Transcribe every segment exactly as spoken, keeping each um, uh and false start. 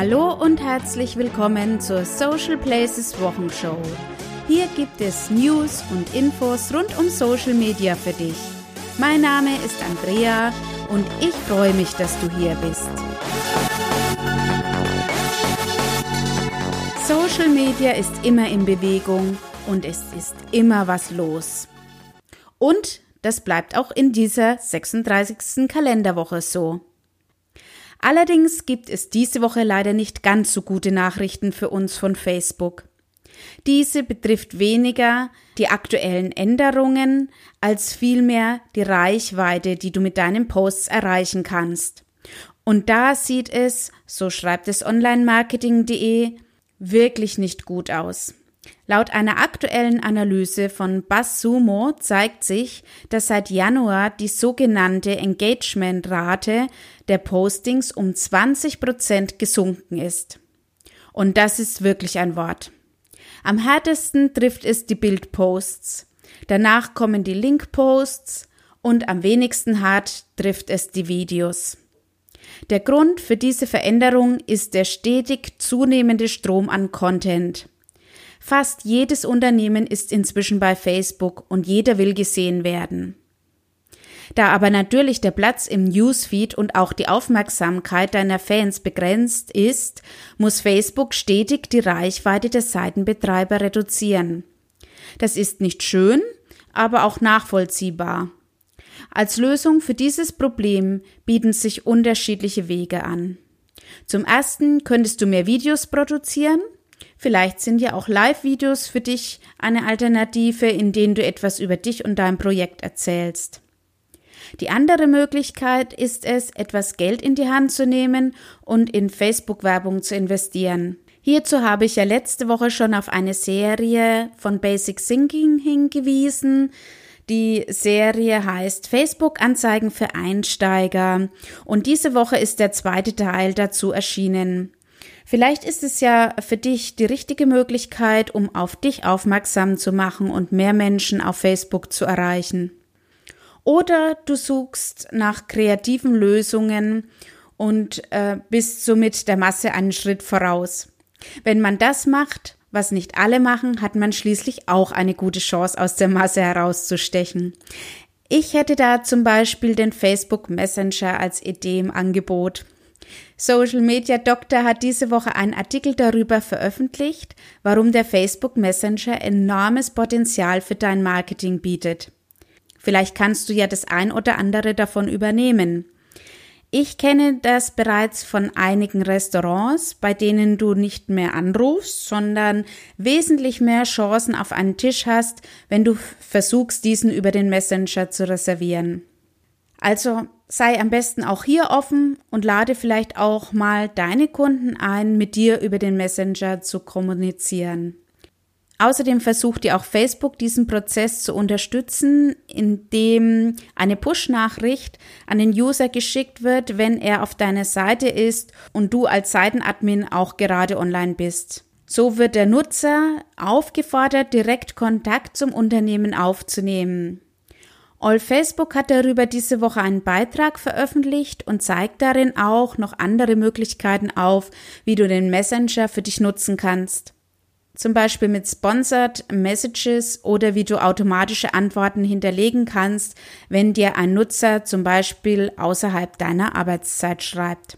Hallo und herzlich willkommen zur Social Places Wochenshow. Hier gibt es News und Infos rund um Social Media für dich. Mein Name ist Andrea und ich freue mich, dass du hier bist. Social Media ist immer in Bewegung und es ist immer was los. Und das bleibt auch in dieser sechsunddreißigsten Kalenderwoche so. Allerdings gibt es diese Woche leider nicht ganz so gute Nachrichten für uns von Facebook. Diese betrifft weniger die aktuellen Änderungen, als vielmehr die Reichweite, die du mit deinen Posts erreichen kannst. Und da sieht es, so schreibt es online marketing punkt de, wirklich nicht gut aus. Laut einer aktuellen Analyse von BuzzSumo zeigt sich, dass seit Januar die sogenannte Engagement-Rate der Postings um zwanzig Prozent gesunken ist. Und das ist wirklich ein Wort. Am härtesten trifft es die Bildposts, danach kommen die Linkposts und am wenigsten hart trifft es die Videos. Der Grund für diese Veränderung ist der stetig zunehmende Strom an Content. Fast jedes Unternehmen ist inzwischen bei Facebook und jeder will gesehen werden. Da aber natürlich der Platz im Newsfeed und auch die Aufmerksamkeit deiner Fans begrenzt ist, muss Facebook stetig die Reichweite der Seitenbetreiber reduzieren. Das ist nicht schön, aber auch nachvollziehbar. Als Lösung für dieses Problem bieten sich unterschiedliche Wege an. Zum ersten könntest du mehr Videos produzieren. Vielleicht sind ja auch Live-Videos für dich eine Alternative, in denen du etwas über dich und dein Projekt erzählst. Die andere Möglichkeit ist es, etwas Geld in die Hand zu nehmen und in Facebook-Werbung zu investieren. Hierzu habe ich ja letzte Woche schon auf eine Serie von Basic Thinking hingewiesen. Die Serie heißt Facebook-Anzeigen für Einsteiger und diese Woche ist der zweite Teil dazu erschienen. Vielleicht ist es ja für dich die richtige Möglichkeit, um auf dich aufmerksam zu machen und mehr Menschen auf Facebook zu erreichen. Oder du suchst nach kreativen Lösungen und äh, bist somit der Masse einen Schritt voraus. Wenn man das macht, was nicht alle machen, hat man schließlich auch eine gute Chance, aus der Masse herauszustechen. Ich hätte da zum Beispiel den Facebook Messenger als Idee im Angebot. Social Media Doktor hat diese Woche einen Artikel darüber veröffentlicht, warum der Facebook Messenger enormes Potenzial für dein Marketing bietet. Vielleicht kannst du ja das ein oder andere davon übernehmen. Ich kenne das bereits von einigen Restaurants, bei denen du nicht mehr anrufst, sondern wesentlich mehr Chancen auf einen Tisch hast, wenn du versuchst, diesen über den Messenger zu reservieren. Also sei am besten auch hier offen und lade vielleicht auch mal deine Kunden ein, mit dir über den Messenger zu kommunizieren. Außerdem versucht dir auch Facebook, diesen Prozess zu unterstützen, indem eine Push-Nachricht an den User geschickt wird, wenn er auf deiner Seite ist und du als Seitenadmin auch gerade online bist. So wird der Nutzer aufgefordert, direkt Kontakt zum Unternehmen aufzunehmen. All Facebook hat darüber diese Woche einen Beitrag veröffentlicht und zeigt darin auch noch andere Möglichkeiten auf, wie du den Messenger für dich nutzen kannst. Zum Beispiel mit Sponsored Messages oder wie du automatische Antworten hinterlegen kannst, wenn dir ein Nutzer zum Beispiel außerhalb deiner Arbeitszeit schreibt.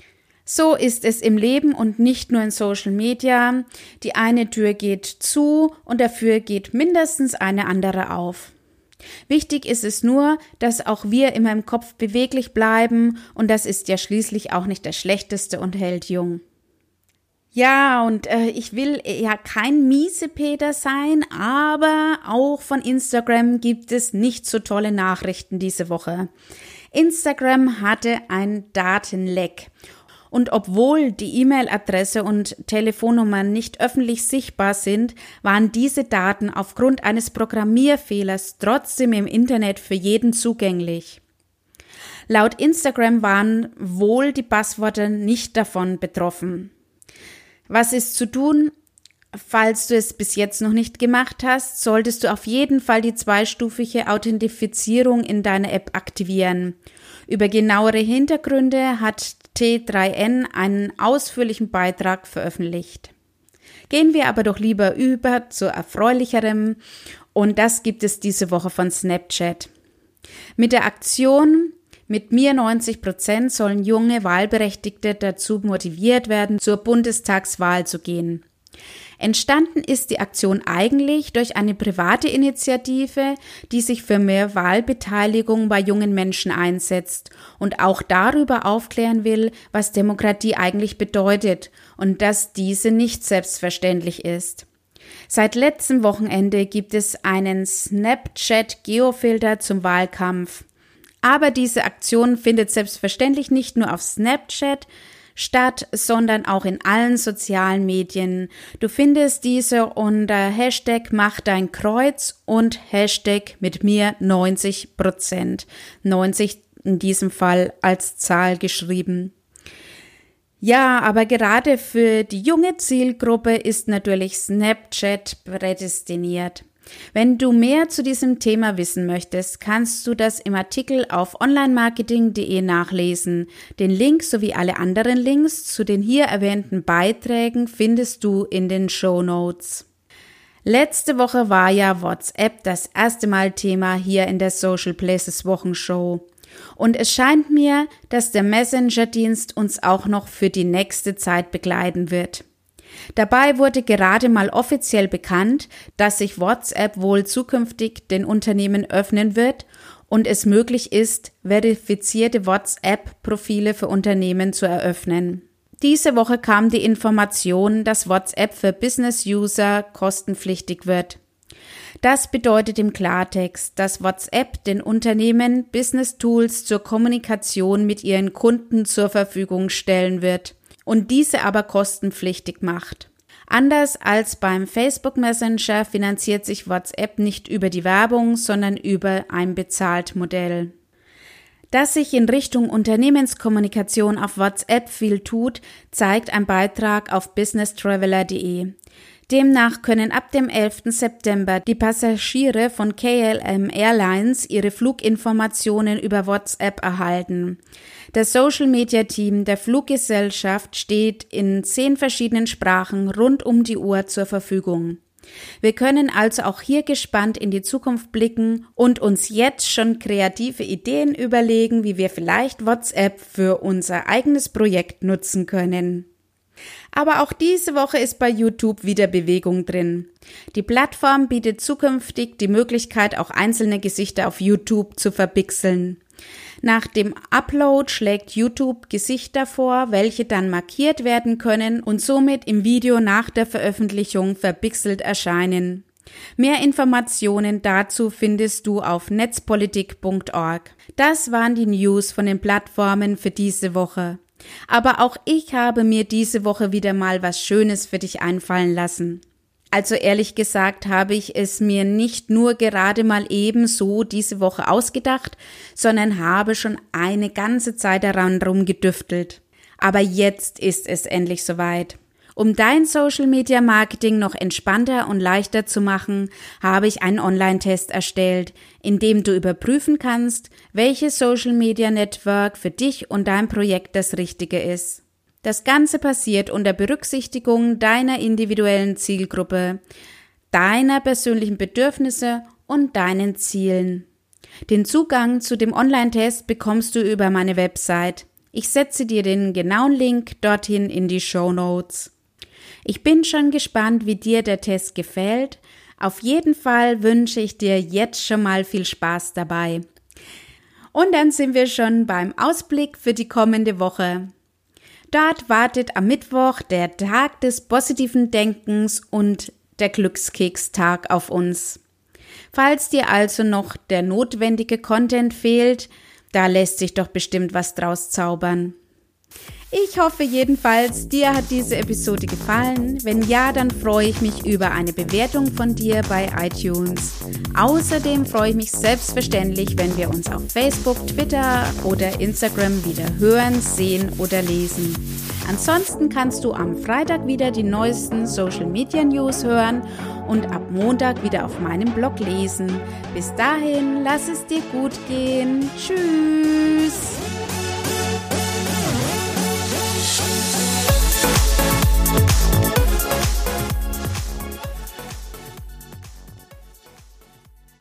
So ist es im Leben und nicht nur in Social Media. Die eine Tür geht zu und dafür geht mindestens eine andere auf. Wichtig ist es nur, dass auch wir immer im Kopf beweglich bleiben und das ist ja schließlich auch nicht das Schlechteste und hält jung. Ja, und äh, ich will ja kein Miesepeter sein, aber auch von Instagram gibt es nicht so tolle Nachrichten diese Woche. Instagram hatte ein Datenleck. Und obwohl die E-Mail-Adresse und Telefonnummern nicht öffentlich sichtbar sind, waren diese Daten aufgrund eines Programmierfehlers trotzdem im Internet für jeden zugänglich. Laut Instagram waren wohl die Passwörter nicht davon betroffen. Was ist zu tun? Falls du es bis jetzt noch nicht gemacht hast, solltest du auf jeden Fall die zweistufige Authentifizierung in deiner App aktivieren. Über genauere Hintergründe hat T drei N einen ausführlichen Beitrag veröffentlicht. Gehen wir aber doch lieber über zu erfreulicherem, und das gibt es diese Woche von Snapchat. Mit der Aktion Mit mir neunzig Prozent sollen junge Wahlberechtigte dazu motiviert werden, zur Bundestagswahl zu gehen. Entstanden ist die Aktion eigentlich durch eine private Initiative, die sich für mehr Wahlbeteiligung bei jungen Menschen einsetzt und auch darüber aufklären will, was Demokratie eigentlich bedeutet und dass diese nicht selbstverständlich ist. Seit letztem Wochenende gibt es einen Snapchat-Geofilter zum Wahlkampf. Aber diese Aktion findet selbstverständlich nicht nur auf Snapchat statt, sondern auch in allen sozialen Medien. Du findest diese unter Hashtag Mach dein Kreuz und Hashtag mit mir neunzig Prozent. neunzig in diesem Fall als Zahl geschrieben. Ja, aber gerade für die junge Zielgruppe ist natürlich Snapchat prädestiniert. Wenn du mehr zu diesem Thema wissen möchtest, kannst du das im Artikel auf online marketing punkt de nachlesen. Den Link sowie alle anderen Links zu den hier erwähnten Beiträgen findest du in den Shownotes. Letzte Woche war ja WhatsApp das erste Mal Thema hier in der Social Places Wochenshow. Und es scheint mir, dass der Messenger-Dienst uns auch noch für die nächste Zeit begleiten wird. Dabei wurde gerade mal offiziell bekannt, dass sich WhatsApp wohl zukünftig den Unternehmen öffnen wird und es möglich ist, verifizierte WhatsApp-Profile für Unternehmen zu eröffnen. Diese Woche kam die Information, dass WhatsApp für Business-User kostenpflichtig wird. Das bedeutet im Klartext, dass WhatsApp den Unternehmen Business-Tools zur Kommunikation mit ihren Kunden zur Verfügung stellen wird und diese aber kostenpflichtig macht. Anders als beim Facebook Messenger finanziert sich WhatsApp nicht über die Werbung, sondern über ein Bezahltmodell. Dass sich in Richtung Unternehmenskommunikation auf WhatsApp viel tut, zeigt ein Beitrag auf business traveler punkt de. Demnach können ab dem elften September die Passagiere von K L M Airlines ihre Fluginformationen über WhatsApp erhalten. Das Social-Media-Team der Fluggesellschaft steht in zehn verschiedenen Sprachen rund um die Uhr zur Verfügung. Wir können also auch hier gespannt in die Zukunft blicken und uns jetzt schon kreative Ideen überlegen, wie wir vielleicht WhatsApp für unser eigenes Projekt nutzen können. Aber auch diese Woche ist bei YouTube wieder Bewegung drin. Die Plattform bietet zukünftig die Möglichkeit, auch einzelne Gesichter auf YouTube zu verpixeln. Nach dem Upload schlägt YouTube Gesichter vor, welche dann markiert werden können und somit im Video nach der Veröffentlichung verpixelt erscheinen. Mehr Informationen dazu findest du auf netzpolitik punkt org. Das waren die News von den Plattformen für diese Woche. Aber auch ich habe mir diese Woche wieder mal was Schönes für dich einfallen lassen. Also ehrlich gesagt habe ich es mir nicht nur gerade mal ebenso diese Woche ausgedacht, sondern habe schon eine ganze Zeit daran rumgedüftelt. Aber jetzt ist es endlich soweit. Um dein Social-Media-Marketing noch entspannter und leichter zu machen, habe ich einen Online-Test erstellt, in dem du überprüfen kannst, welches Social-Media-Network für dich und dein Projekt das Richtige ist. Das Ganze passiert unter Berücksichtigung deiner individuellen Zielgruppe, deiner persönlichen Bedürfnisse und deinen Zielen. Den Zugang zu dem Online-Test bekommst du über meine Website. Ich setze dir den genauen Link dorthin in die Shownotes. Ich bin schon gespannt, wie dir der Test gefällt. Auf jeden Fall wünsche ich dir jetzt schon mal viel Spaß dabei. Und dann sind wir schon beim Ausblick für die kommende Woche. Dort wartet am Mittwoch der Tag des positiven Denkens und der Glückskekstag auf uns. Falls dir also noch der notwendige Content fehlt, da lässt sich doch bestimmt was draus zaubern. Ich hoffe jedenfalls, dir hat diese Episode gefallen. Wenn ja, dann freue ich mich über eine Bewertung von dir bei iTunes. Außerdem freue ich mich selbstverständlich, wenn wir uns auf Facebook, Twitter oder Instagram wieder hören, sehen oder lesen. Ansonsten kannst du am Freitag wieder die neuesten Social Media News hören und ab Montag wieder auf meinem Blog lesen. Bis dahin, lass es dir gut gehen. Tschüss!